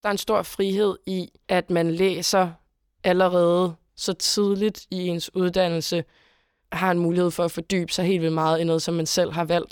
Der er en stor frihed i, at man læser allerede så tidligt i ens uddannelse, har en mulighed for at fordybe sig helt vildt meget i noget, som man selv har valgt.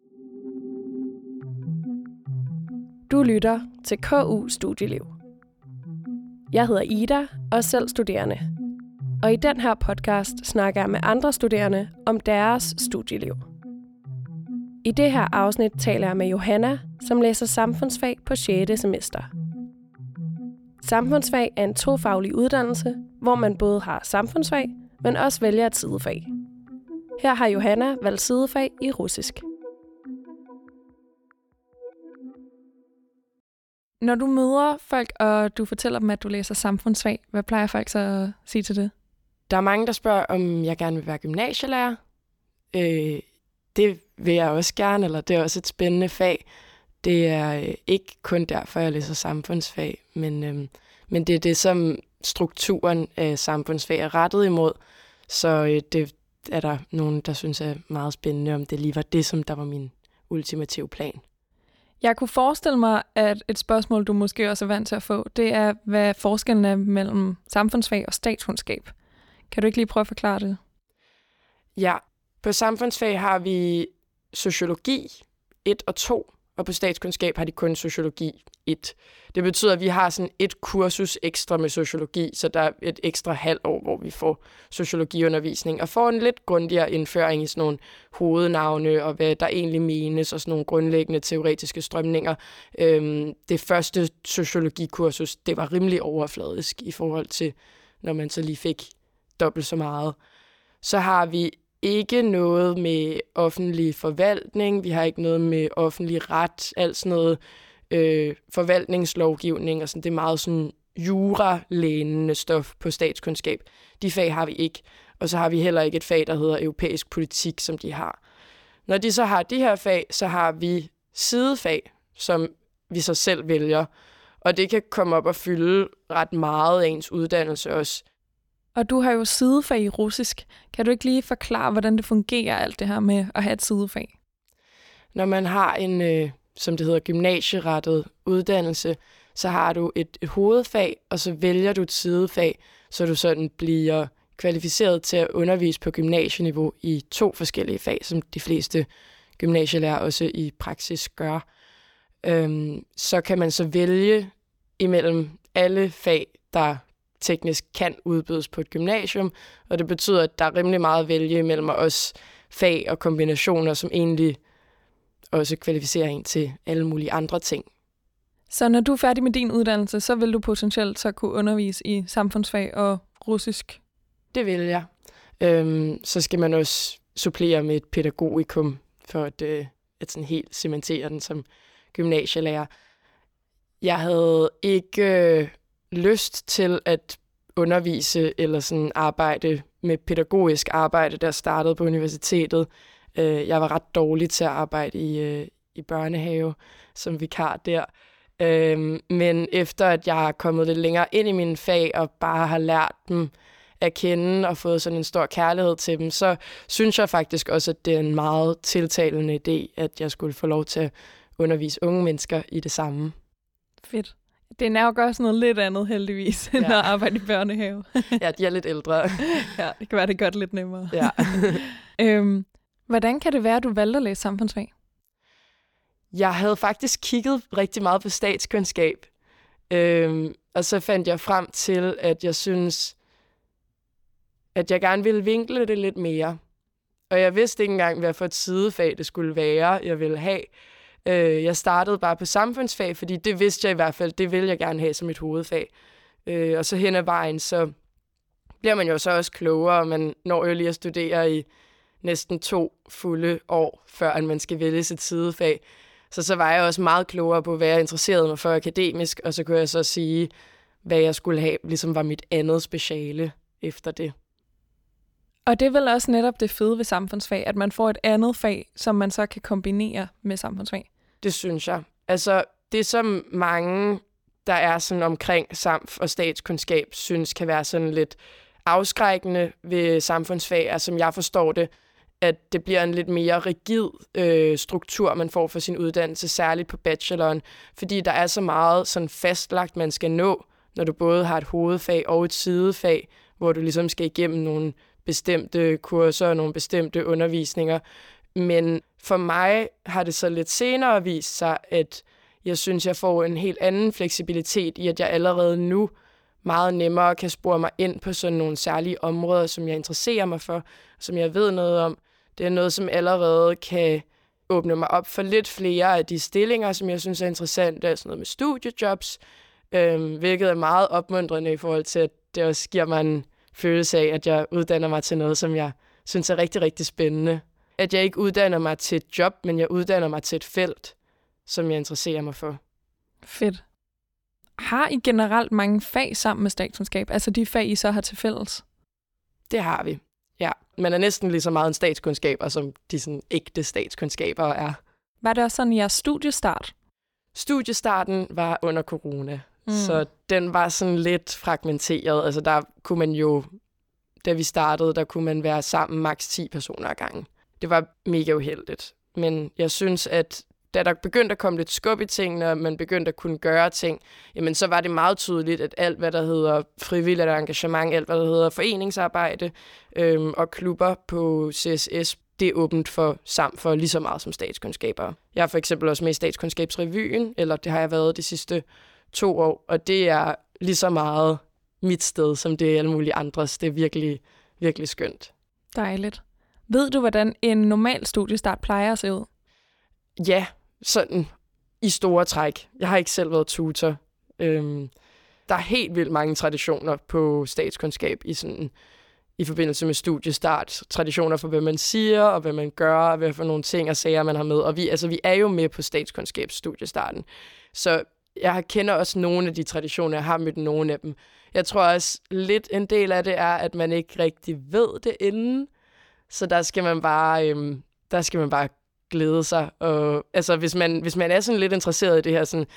Du lytter til KU Studieliv. Jeg hedder Ida og er selv studerende. Og i den her podcast snakker jeg med andre studerende om deres studieliv. I det her afsnit taler jeg med Johanna, som læser samfundsfag på 6. semester. Samfundsfag er en tofaglig uddannelse, hvor man både har samfundsfag, men også vælger et sidefag. Her har Johanna valgt sidefag i russisk. Når du møder folk, og du fortæller dem, at du læser samfundsfag, hvad plejer folk så at sige til det? Der er mange, der spørger, om jeg gerne vil være gymnasielærer. Det vil jeg også gerne, eller det er også et spændende fag. Det er ikke kun derfor, jeg læser samfundsfag, men det er det, som strukturen af samfundsfag er rettet imod. Så det er der nogen, der synes er meget spændende, om det lige var det, som der var min ultimative plan. Jeg kunne forestille mig, at et spørgsmål, du måske også er vant til at få, det er, hvad forskellen er mellem samfundsfag og statskundskab. Kan du ikke lige prøve at forklare det? Ja, på samfundsfag har vi sociologi 1 og 2, og på statskundskab har de kun sociologi 1. Det betyder, at vi har sådan et kursus ekstra med sociologi, så der er et ekstra halvt år, hvor vi får sociologiundervisning, og får en lidt grundigere indføring i sådan nogle hovednavne, og hvad der egentlig menes, og sådan nogle grundlæggende teoretiske strømninger. Det første sociologikursus, det var rimelig overfladisk i forhold til, når man så lige fik dobbelt så meget. Så har vi ikke noget med offentlig forvaltning, vi har ikke noget med offentlig ret, alt sådan noget forvaltningslovgivning, og sådan, det er meget sådan jura-lænende stof på statskundskab. De fag har vi ikke, og så har vi heller ikke et fag, der hedder europæisk politik, som de har. Når de så har de her fag, så har vi sidefag, som vi så selv vælger, og det kan komme op og fylde ret meget af ens uddannelse også. Og du har jo sidefag i russisk. Kan du ikke lige forklare, hvordan det fungerer, alt det her med at have et sidefag? Når man har en, som det hedder, gymnasierettet uddannelse, så har du et hovedfag, og så vælger du et sidefag, så du sådan bliver kvalificeret til at undervise på gymnasieniveau i 2 forskellige fag, som de fleste gymnasielærer også i praksis gør. Så kan man så vælge imellem alle fag, der teknisk kan udbydes på et gymnasium, og det betyder, at der er rimelig meget at vælge imellem os fag og kombinationer, som egentlig også kvalificerer en til alle mulige andre ting. Så når du er færdig med din uddannelse, så vil du potentielt så kunne undervise i samfundsfag og russisk? Det vil jeg. Så skal man også supplere med et pædagogikum, for at sådan helt cementere den som gymnasielærer. Jeg havde ikke lyst til at undervise eller sådan arbejde med pædagogisk arbejde, der startede på universitetet. Jeg var ret dårlig til at arbejde i børnehave som vikar der. Men efter at jeg er kommet lidt længere ind i mine fag og bare har lært dem at kende og fået sådan en stor kærlighed til dem, så synes jeg faktisk også, at det er en meget tiltalende idé, at jeg skulle få lov til at undervise unge mennesker i det samme. Fedt. Det er nok også noget lidt andet, heldigvis, end at arbejde i børnehave. Ja, de er lidt ældre. Ja, det kan være, det gør det lidt nemmere. Ja. Hvordan kan det være, at du valgte at læse samfundsfag? Jeg havde faktisk kigget rigtig meget på statskundskab, og så fandt jeg frem til, at jeg synes, at jeg gerne ville vinkle det lidt mere. Og jeg vidste ikke engang, hvad for et sidefag det skulle være, jeg ville have. Jeg startede bare på samfundsfag, fordi det vidste jeg i hvert fald, det ville jeg gerne have som et hovedfag. Og så hen ad vejen, så bliver man jo så også klogere, og man når jo lige at studere i næsten 2 fulde år, før man skal vælge sit sidefag. Så var jeg også meget klogere på, hvad jeg interesserede mig for akademisk, og så kunne jeg så sige, hvad jeg skulle have, ligesom var mit andet speciale efter det. Og det er vel også netop det fede ved samfundsfag, at man får et andet fag, som man så kan kombinere med samfundsfag? Det synes jeg. Altså, det som mange, der er sådan omkring samf- og statskundskab, synes kan være sådan lidt afskrækkende ved samfundsfag, som jeg forstår det, at det bliver en lidt mere rigid struktur, man får for sin uddannelse, særligt på bacheloren, fordi der er så meget sådan fastlagt, man skal nå, når du både har et hovedfag og et sidefag, hvor du ligesom skal igennem nogle bestemte kurser og nogle bestemte undervisninger. Men for mig har det så lidt senere vist sig, at jeg synes, jeg får en helt anden fleksibilitet i, at jeg allerede nu meget nemmere kan spore mig ind på sådan nogle særlige områder, som jeg interesserer mig for, som jeg ved noget om. Det er noget, som allerede kan åbne mig op for lidt flere af de stillinger, som jeg synes er interessante, altså noget med studiejobs, hvilket er meget opmuntrende i forhold til, at det også giver mig en følelse af, at jeg uddanner mig til noget, som jeg synes er rigtig, rigtig spændende. At jeg ikke uddanner mig til et job, men jeg uddanner mig til et felt, som jeg interesserer mig for. Fedt. Har I generelt mange fag sammen med statskundskab? Altså de fag, I så har til fælles? Det har vi, ja. Man er næsten lige så meget en statskundskaber, som de sådan ægte statskundskaber er. Var det også sådan i jeres studiestart? Studiestarten var under corona, så den var sådan lidt fragmenteret. Altså der kunne man jo, da vi startede, der kunne man være sammen maks 10 personer ad gangen. Det var mega uheldigt. Men jeg synes, at da der begyndte at komme lidt skub i tingene, og man begyndte at kunne gøre ting, jamen så var det meget tydeligt, at alt, hvad der hedder frivilligt engagement, alt, hvad der hedder foreningsarbejde og klubber på CSS, det er åbent for lige så meget som statskundskaber. Jeg er for eksempel også med i Statskundskabsrevyen, eller det har jeg været de sidste 2 år, og det er lige så meget mit sted, som det er alle mulige andres. Det er virkelig, virkelig skønt. Dejligt. Ved du, hvordan en normal studiestart plejer at se ud? Ja, sådan i store træk. Jeg har ikke selv været tutor. Der er helt vildt mange traditioner på statskundskab i forbindelse med studiestart. Traditioner for, hvad man siger, og hvad man gør, og hvad for nogle ting og sager, man har med. Og vi er jo med på statskundskabsstudiestarten. Så jeg kender også nogle af de traditioner, jeg har mødt nogle af dem. Jeg tror også lidt en del af det er, at man ikke rigtig ved det inden. Så der skal man bare glæde sig. Og, altså, hvis man er sådan lidt interesseret i det her sådan,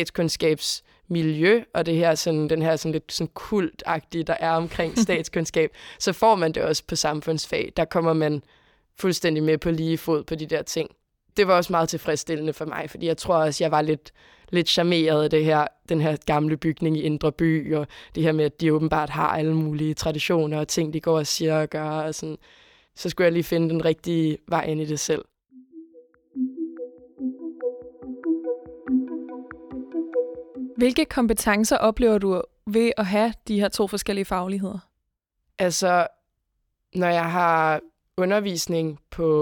statskundskabsmiljø, og det her, sådan, den her sådan, lidt sådan kultagtige, der er omkring statskundskab, så får man det også på samfundsfag. Der kommer man fuldstændig med på lige fod på de der ting. Det var også meget tilfredsstillende for mig, fordi jeg tror også, jeg var lidt charmeret af den her gamle bygning i Indre By, og det her med, at de åbenbart har alle mulige traditioner og ting, de går og siger og gør, og sådan. Så skulle jeg lige finde den rigtige vej ind i det selv. Hvilke kompetencer oplever du ved at have de her 2 forskellige fagligheder? Altså, når jeg har undervisning på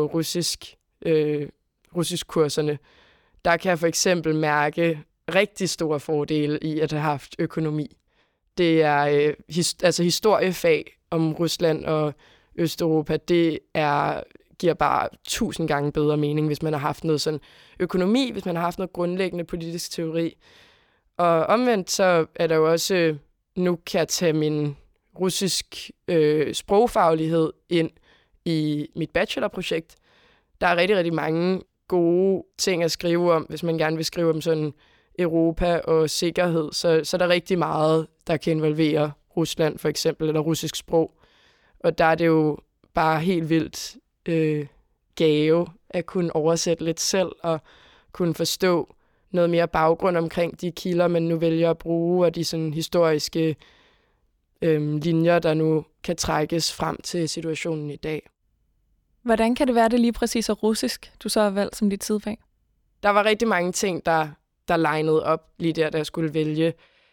russisk-kurserne, der kan jeg for eksempel mærke rigtig store fordele i at have haft økonomi. Det er historiefag om Rusland og Østeuropa, det giver bare 1000 gange bedre mening, hvis man har haft noget sådan økonomi, hvis man har haft noget grundlæggende politisk teori. Og omvendt så er der jo også, nu kan jeg tage min russisk sprogfaglighed ind i mit bachelorprojekt. Der er rigtig, rigtig mange gode ting at skrive om, hvis man gerne vil skrive om sådan Europa og sikkerhed. Så der er rigtig meget, der kan involvere Rusland for eksempel, eller russisk sprog. Og der er det jo bare helt vildt gave at kunne oversætte lidt selv og kunne forstå noget mere baggrund omkring de kilder, man nu vælger at bruge, og de sådan historiske linjer, der nu kan trækkes frem til situationen i dag. Hvordan kan det være, det lige præcis er russisk, du så har valgt som dit sidefag? Der var rigtig mange ting, der linede op lige der, da jeg skulle vælge.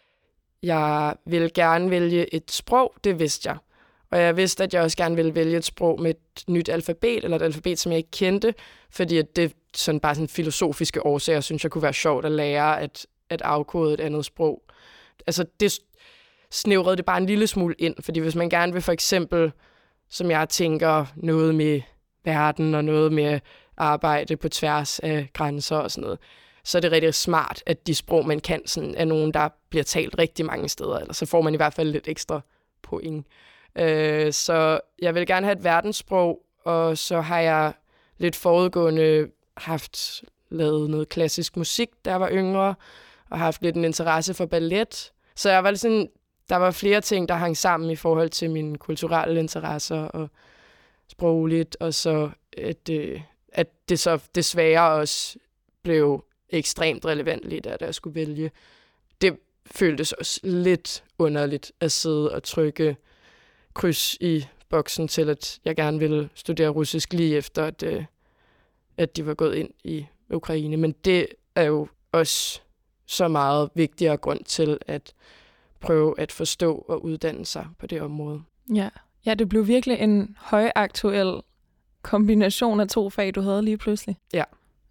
Jeg ville gerne vælge et sprog, det vidste jeg. Og jeg vidste, at jeg også gerne ville vælge et sprog med et nyt alfabet, eller et alfabet, som jeg ikke kendte, fordi at det sådan bare sådan filosofiske årsager, synes jeg kunne være sjovt at lære at afkode et andet sprog. Altså det snævrede det bare en lille smule ind, fordi hvis man gerne vil for eksempel, som jeg tænker, noget med verden og noget med arbejde på tværs af grænser og sådan noget, så er det rigtig smart, at de sprog, man kan, sådan, er nogen, der bliver talt rigtig mange steder, eller så får man i hvert fald lidt ekstra point. Så jeg vil gerne have et verdenssprog, og så har jeg lidt forudgående lavet noget klassisk musik, da jeg var yngre, og haft lidt en interesse for ballet. Så jeg var sådan, der var flere ting, der hang sammen i forhold til mine kulturelle interesser og sprogligt, og så at det så desværre også blev ekstremt relevant lige da jeg skulle vælge. Det føltes også lidt underligt at sidde og trykke kryds i boksen til, at jeg gerne ville studere russisk lige efter, at de var gået ind i Ukraine. Men det er jo også så meget vigtigere grund til at prøve at forstå og uddanne sig på det område. Ja, det blev virkelig en højaktuel kombination af 2 fag, du havde lige pludselig. Ja.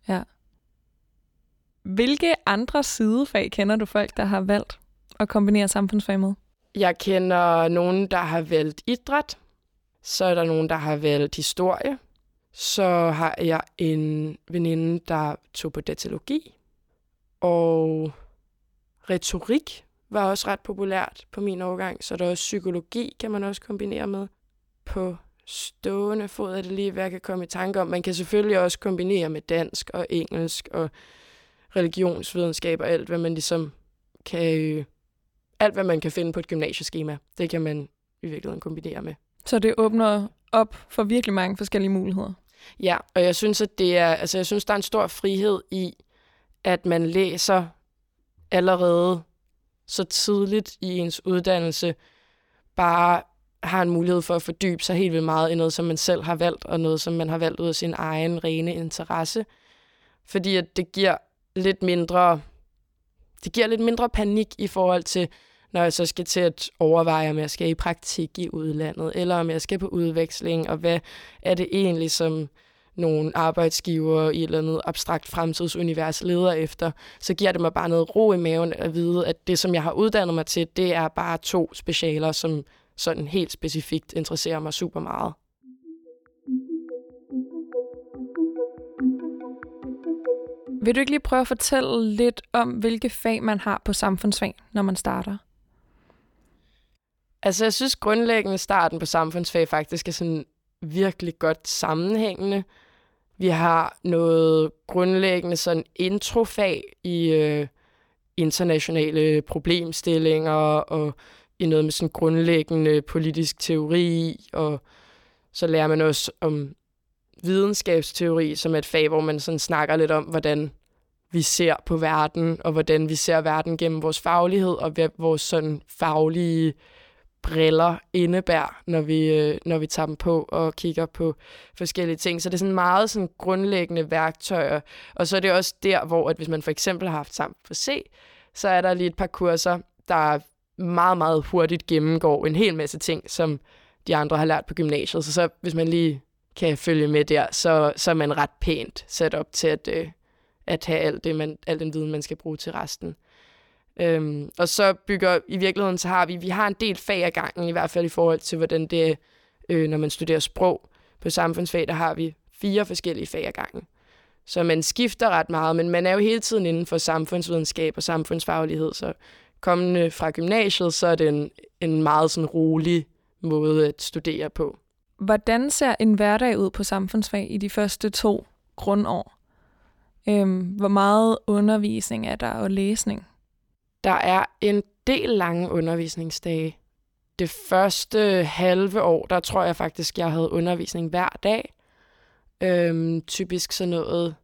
Hvilke andre sidefag kender du folk, der har valgt at kombinere samfundsfag med? Jeg kender nogen, der har valgt idræt. Så er der nogen, der har valgt historie. Så har jeg en veninde, der tog på datalogi. Og retorik var også ret populært på min årgang. Så er der også psykologi, kan man også kombinere med. På stående fod er det lige, hvad jeg kan komme i tanke om. Man kan selvfølgelig også kombinere med dansk og engelsk og religionsvidenskab og alt, hvad man ligesom kan... alt, hvad man kan finde på et gymnasieskema, det kan man i virkeligheden kombinere med. Så det åbner op for virkelig mange forskellige muligheder? Ja, og jeg synes, at jeg synes, der er en stor frihed i, at man læser allerede så tidligt i ens uddannelse, bare har en mulighed for at fordybe sig helt vildt meget i noget, som man selv har valgt, og noget, som man har valgt ud af sin egen rene interesse. Fordi at det giver lidt mindre panik i forhold til, når jeg så skal til at overveje, om jeg skal i praktik i udlandet, eller om jeg skal på udveksling, og hvad er det egentlig, som nogle arbejdsgiver i et eller andet abstrakt fremtidsunivers leder efter, så giver det mig bare noget ro i maven at vide, at det, som jeg har uddannet mig til, det er bare 2 specialer, som sådan helt specifikt interesserer mig super meget. Vil du ikke lige prøve at fortælle lidt om, hvilke fag man har på samfundsfag, når man starter? Altså, jeg synes grundlæggende starten på samfundsfag faktisk er sådan virkelig godt sammenhængende. Vi har noget grundlæggende sådan introfag i internationale problemstillinger og i noget med sådan grundlæggende politisk teori, og så lærer man også om videnskabsteori, som er et fag, hvor man sådan snakker lidt om, hvordan vi ser på verden, og hvordan vi ser verden gennem vores faglighed, og hvad vores sådan faglige briller indebærer, når vi tager dem på og kigger på forskellige ting. Så det er sådan meget sådan grundlæggende værktøjer. Og så er det også der, hvor at hvis man for eksempel har haft sammen for C, så er der lige et par kurser, der meget, meget hurtigt gennemgår en hel masse ting, som de andre har lært på gymnasiet. Så hvis man lige kan følge med der, så er man ret pænt sat op til at have al den viden, man skal bruge til resten. Og så i virkeligheden, så har vi har en del fag ad gangen, i hvert fald i forhold til, hvordan det er, når man studerer sprog. På samfundsfag, der har vi 4 forskellige fag ad gangen. Så man skifter ret meget, men man er jo hele tiden inden for samfundsvidenskab og samfundsfaglighed, så kommende fra gymnasiet, så er det en meget sådan rolig måde at studere på. Hvordan ser en hverdag ud på samfundsfag i de første 2 grundår? Hvor meget undervisning er der og læsning? Der er en del lange undervisningsdage. Det første halve år, der tror jeg faktisk, jeg havde undervisning hver dag. Typisk sådan noget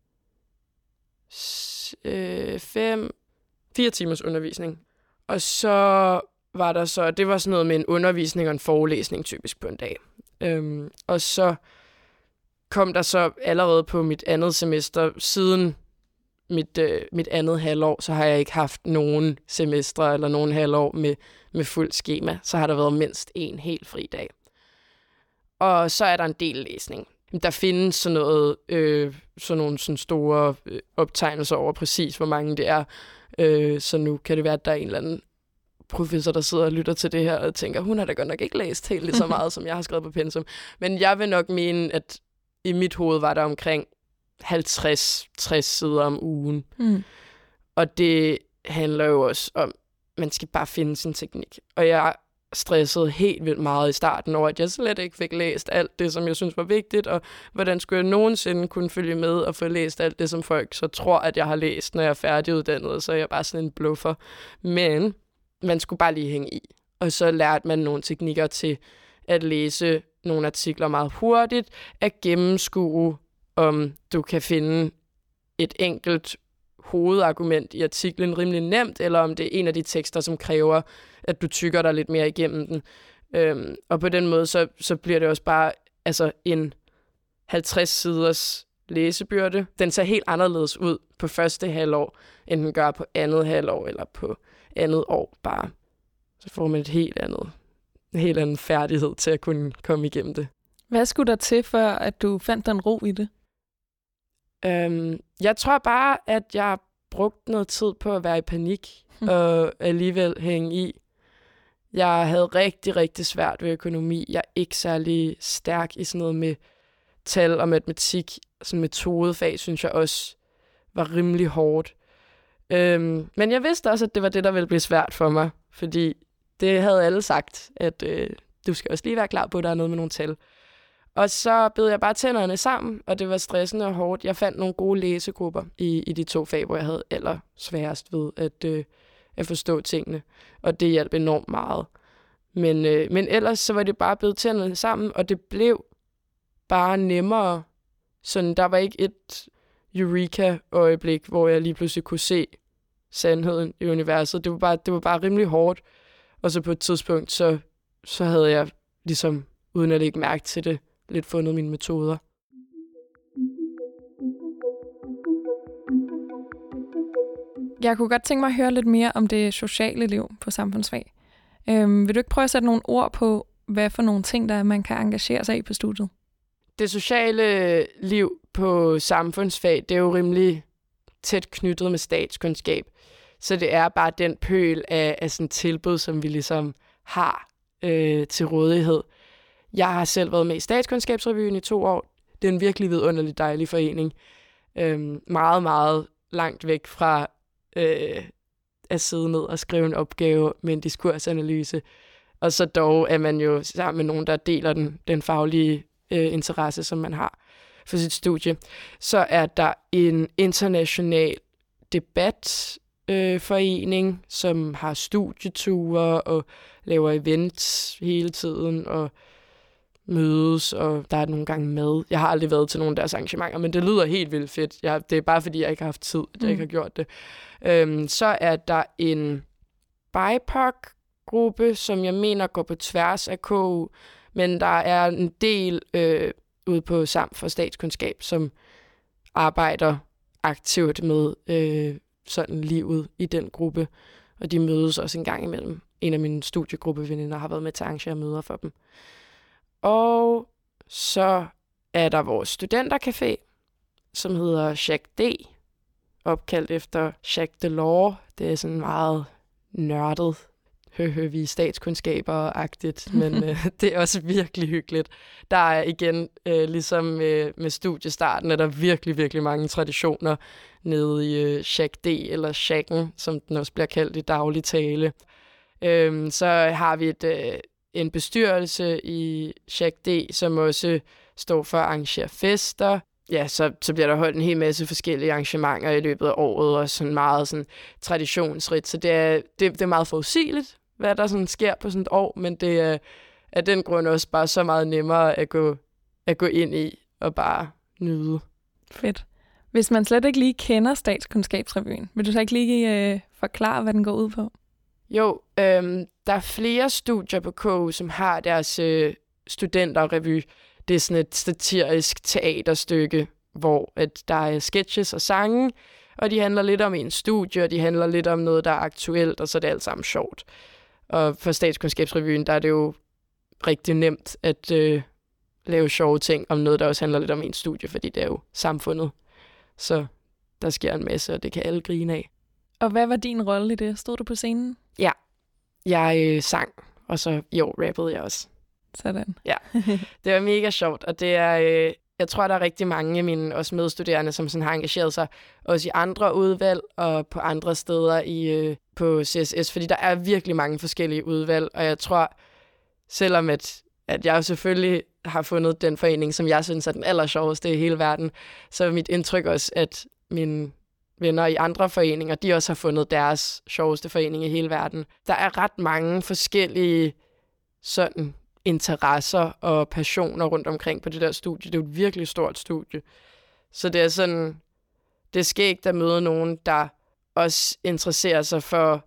4 timers undervisning. Og så var der det var sådan noget med en undervisning og en forelæsning typisk på en dag. Og så kom der så allerede på mit andet semester, siden mit andet halvår, så har jeg ikke haft nogen semestre eller nogen halvår med fuldt skema. Så har der været mindst 1 helt fri dag. Og så er der en del læsning. Der findes sådan nogle sådan store optegnelser over præcis, hvor mange det er. Så nu kan det være, at der er en eller anden professor, der sidder og lytter til det her og tænker, hun har da godt nok ikke læst helt lige så meget, som jeg har skrevet på pensum. Men jeg vil nok mene, at i mit hoved var der omkring 50-60 sider om ugen. Og det handler jo også om, man skal bare finde sin teknik. Og jeg stressede helt vildt meget i starten over, at jeg slet ikke fik læst alt det, som jeg synes var vigtigt, og hvordan skulle jeg nogensinde kunne følge med og få læst alt det, som folk så tror, at jeg har læst, når jeg er færdiguddannet, så er jeg bare sådan en bluffer. Men man skulle bare lige hænge i. Og så lærte man nogle teknikker til at læse nogle artikler meget hurtigt, at gennemskue, om du kan finde et enkelt hovedargument i artiklen rimelig nemt, eller om det er en af de tekster, som kræver, at du tykker dig lidt mere igennem den. Og på den måde, så bliver det også bare en 50 siders læsebyrde. Den ser helt anderledes ud på første halvår, end den gør på andet halvår, eller på andet år bare. Så får man en helt anden færdighed til at kunne komme igennem det. Hvad skulle der til, for at du fandt den ro i det? Jeg tror bare, at jeg brugte noget tid på at være i panik, og alligevel hænge i. Jeg havde rigtig, rigtig svært ved økonomi. Jeg er ikke særlig stærk i sådan noget med tal og matematik. Sådan metodefag, synes jeg også var rimelig hårdt. Men jeg vidste også, at det var det, der ville blive svært for mig, fordi det havde alle sagt, at du skal også lige være klar på, at der er noget med nogle tal. Og så bed jeg bare tænderne sammen, og det var stressende og hårdt. Jeg fandt nogle gode læsegrupper i de 2 fag, hvor jeg havde allersværest ved at forstå tingene. Og det hjalp enormt meget. Men ellers så var det bare bedt tænderne sammen, og det blev bare nemmere. Sådan, der var ikke et eureka-øjeblik, hvor jeg lige pludselig kunne se sandheden i universet. Det var bare rimelig hårdt. Og så på et tidspunkt, så havde jeg ligesom, uden at lægge mærke til det, lidt fundet mine metoder. Jeg kunne godt tænke mig at høre lidt mere om det sociale liv på samfundsfag. Vil du ikke prøve at sætte nogle ord på, hvad for nogle ting, der man kan engagere sig i på studiet? Det sociale liv på samfundsfag, det er jo rimelig tæt knyttet med statskundskab. Så det er bare den pøl af sådan tilbud, som vi ligesom har til rådighed. Jeg har selv været med i Statskundskabsrevyen i 2 år. Det er en virkelig vidunderlig dejlig forening. Meget, meget langt væk fra at sidde ned og skrive en opgave med en diskursanalyse. Og så dog er man jo sammen med nogen, der deler den faglige interesse, som man har for sit studie. Så er der en international debatforening, som har studieture og laver events hele tiden og mødes, og der er nogle gange mad. Jeg har aldrig været til nogle af deres arrangementer, men det lyder helt vildt fedt. Det er bare fordi, jeg ikke har haft tid, at jeg ikke har gjort det. Så er der en BIPOC-gruppe, som jeg mener går på tværs af KU, men der er en del ude på SAM for statskundskab, som arbejder aktivt med sådan livet i den gruppe, og de mødes også en gang imellem. En af mine studiegruppevenner har været med til at arrangere møder for dem. Og så er der vores studentercafé, som hedder Jacques D, opkaldt efter Jacques Delors. Det er sådan meget nørdet, vi er statskundskaber-agtigt, men det er også virkelig hyggeligt. Der er igen, ligesom med studiestarten, er der virkelig, virkelig mange traditioner nede i Jacques D, eller Jacques, som den også bliver kaldt i daglig tale. Så har vi en bestyrelse i Jacques D, som også står for at arrangere fester. Ja, så bliver der holdt en hel masse forskellige arrangementer i løbet af året, og sådan meget sådan traditionsrigt. Så det er meget forudsigeligt, hvad der sådan sker på sådan et år, men det er af den grund også bare så meget nemmere at gå ind i og bare nyde. Fedt. Hvis man slet ikke lige kender Statskundskabsrevyen, vil du så ikke lige forklare, hvad den går ud på? Jo, der er flere studier på KU, som har deres studenterrevy. Det er sådan et satirisk teaterstykke, hvor at der er sketches og sange, og de handler lidt om en studie, og de handler lidt om noget, der er aktuelt, og så er det alt sammen sjovt. Og for Statskundskabsrevyen, der er det jo rigtig nemt at lave sjove ting om noget, der også handler lidt om en studie, fordi det er jo samfundet. Så der sker en masse, og det kan alle grine af. Og hvad var din rolle i det? Stod du på scenen? Ja, jeg sang, og så rappede jeg også. Sådan. Ja, det var mega sjovt, og det er, jeg tror, der er rigtig mange af mine også medstuderende, som sådan har engageret sig også i andre udvalg og på andre steder på CSS, fordi der er virkelig mange forskellige udvalg, og jeg tror, selvom at jeg jo selvfølgelig har fundet den forening, som jeg synes er den allersjoveste i hele verden, så er mit indtryk også, at mine venner i andre foreninger, de også har fundet deres sjoveste forening i hele verden. Der er ret mange forskellige sådan interesser og passioner rundt omkring på det der studie. Det er jo et virkelig stort studie. Så det er sådan, det er skægt at møde nogen, der også interesserer sig for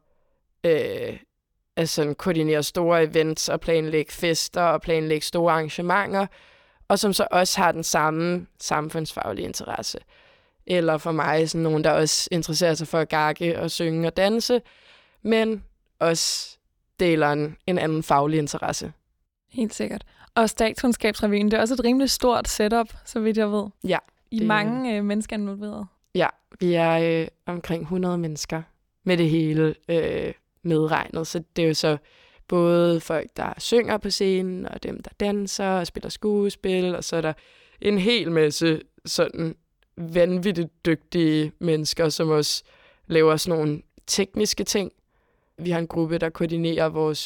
at sådan koordinere store events og planlægge fester og planlægge store arrangementer, og som så også har den samme samfundsfaglige interesse. Eller for mig sådan nogen, der også interesserer sig for at gakke og synge og danse, men også deler en anden faglig interesse. Helt sikkert. Og Statskundskabsrevyen, det er også et rimelig stort setup, så vidt jeg ved. Ja. I mange mennesker involveret. Ja, vi er omkring 100 mennesker med det hele medregnet. Så det er jo så både folk, der synger på scenen, og dem, der danser og spiller skuespil, og så er der en hel masse sådan vanvittigt dygtige mennesker, som også laver sådan nogle tekniske ting. Vi har en gruppe, der koordinerer vores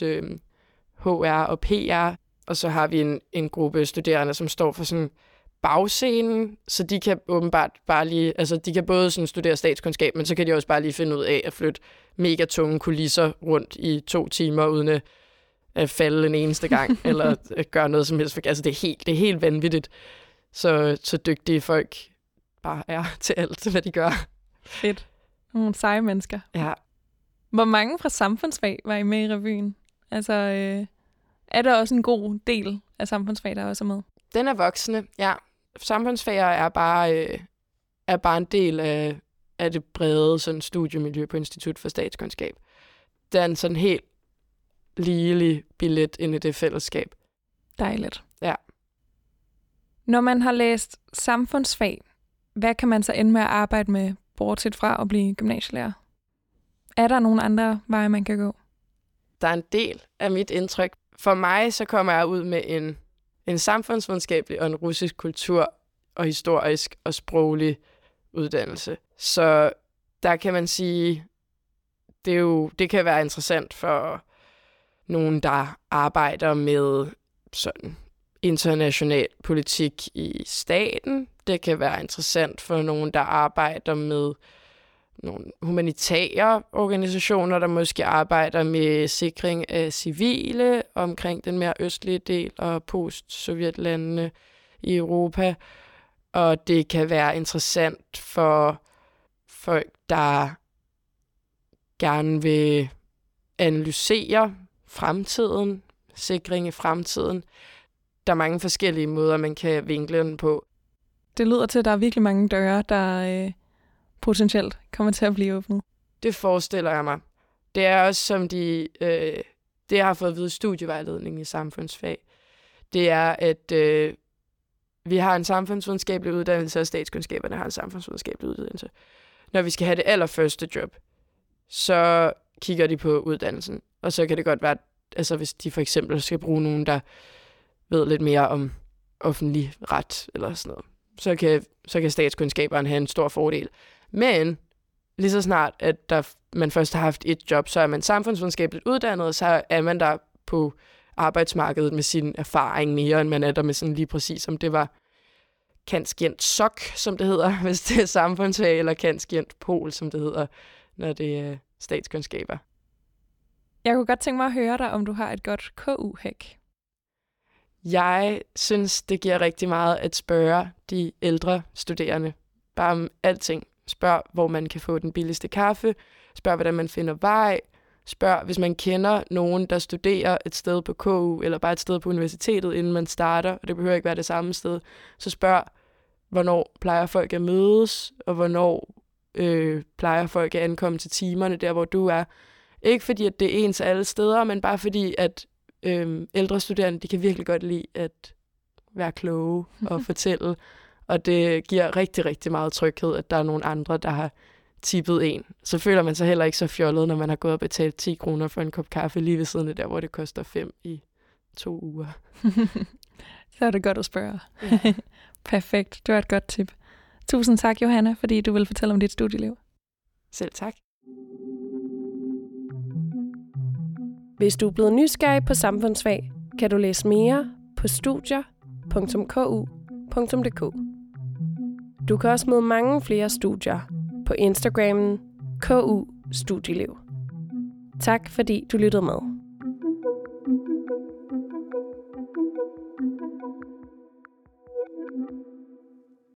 HR og PR, og så har vi en gruppe studerende, som står for sådan bagscenen, så de kan åbenbart bare lige, altså de kan både sådan studere statskundskab, men så kan de også bare lige finde ud af at flytte mega tunge kulisser rundt i 2 timer, uden at falde en eneste gang, eller gøre noget som helst. Altså det er helt vanvittigt, så dygtige folk bare er til alt, hvad de gør. Fedt. Nogle seje mennesker. Ja. Hvor mange fra samfundsfag var I med i revyen? Altså, er der også en god del af samfundsfag, der også er med? Den er voksende, ja. Samfundsfager er bare en del af det brede sådan, studiemiljø på Institut for Statskundskab. Det er en sådan helt ligelig billet ind i det fællesskab. Dejligt. Ja. Når man har læst samfundsfag, hvad kan man så ende med at arbejde med, bortset fra at blive gymnasielærer? Er der nogle andre veje, man kan gå? Der er en del af mit indtryk. For mig så kommer jeg ud med en samfundsvidenskabelig og en russisk kultur og historisk og sproglig uddannelse. Så der kan man sige, det kan være interessant for nogen, der arbejder med sådan international politik i staten. Det kan være interessant for nogen, der arbejder med nogle humanitære organisationer, der måske arbejder med sikring af civile omkring den mere østlige del og post-sovjetlandene i Europa. Og det kan være interessant for folk, der gerne vil analysere fremtiden, sikring i fremtiden. Der er mange forskellige måder, man kan vinkle den på. Det lyder til, at der er virkelig mange døre, der potentielt kommer til at blive åbnet. Det forestiller jeg mig. Det er også, som det jeg har fået at vide i studievejledningen i samfundsfag, det er, at vi har en samfundsvidenskabelig uddannelse, og statskundskaberne har en samfundsvidenskabelig uddannelse. Når vi skal have det allerførste job, så kigger de på uddannelsen. Og så kan det godt være, altså hvis de for eksempel skal bruge nogen, der ved lidt mere om offentlig ret eller sådan noget, så kan statskundskaberen have en stor fordel. Men lige så snart, at man først har haft et job, så er man samfundsvidenskabeligt uddannet, og så er man der på arbejdsmarkedet med sin erfaring mere, end man er der med sådan lige præcis, om det var kanskient sok, som det hedder, hvis det er samfundsfag, eller kanskient pol, som det hedder, når det er statskundskaber. Jeg kunne godt tænke mig at høre dig, om du har et godt KU-hack. Jeg synes, det giver rigtig meget at spørge de ældre studerende. Bare om alting. Spørg, hvor man kan få den billigste kaffe. Spørg, hvordan man finder vej. Spørg, hvis man kender nogen, der studerer et sted på KU, eller bare et sted på universitetet, inden man starter, og det behøver ikke være det samme sted, så spørg, hvornår plejer folk at mødes, og hvornår plejer folk at ankomme til timerne, der hvor du er. Ikke fordi, at det er ens alle steder, men bare fordi, at ældre studerende, de kan virkelig godt lide at være kloge og fortælle, og det giver rigtig, rigtig meget tryghed, at der er nogle andre, der har tippet en. Så føler man sig heller ikke så fjollet, når man har gået og betalt 10 kroner for en kop kaffe lige ved siden af der, hvor det koster 5 i 2 uger. Så er det godt at spørge. Ja. Perfekt. Det var et godt tip. Tusind tak, Johanna, fordi du vil fortælle om dit studieliv. Selv tak. Hvis du er blevet nysgerrig på samfundsfag, kan du læse mere på studier.ku.dk. Du kan også møde mange flere studier på Instagrammen KU Studieliv. Tak fordi du lyttede med.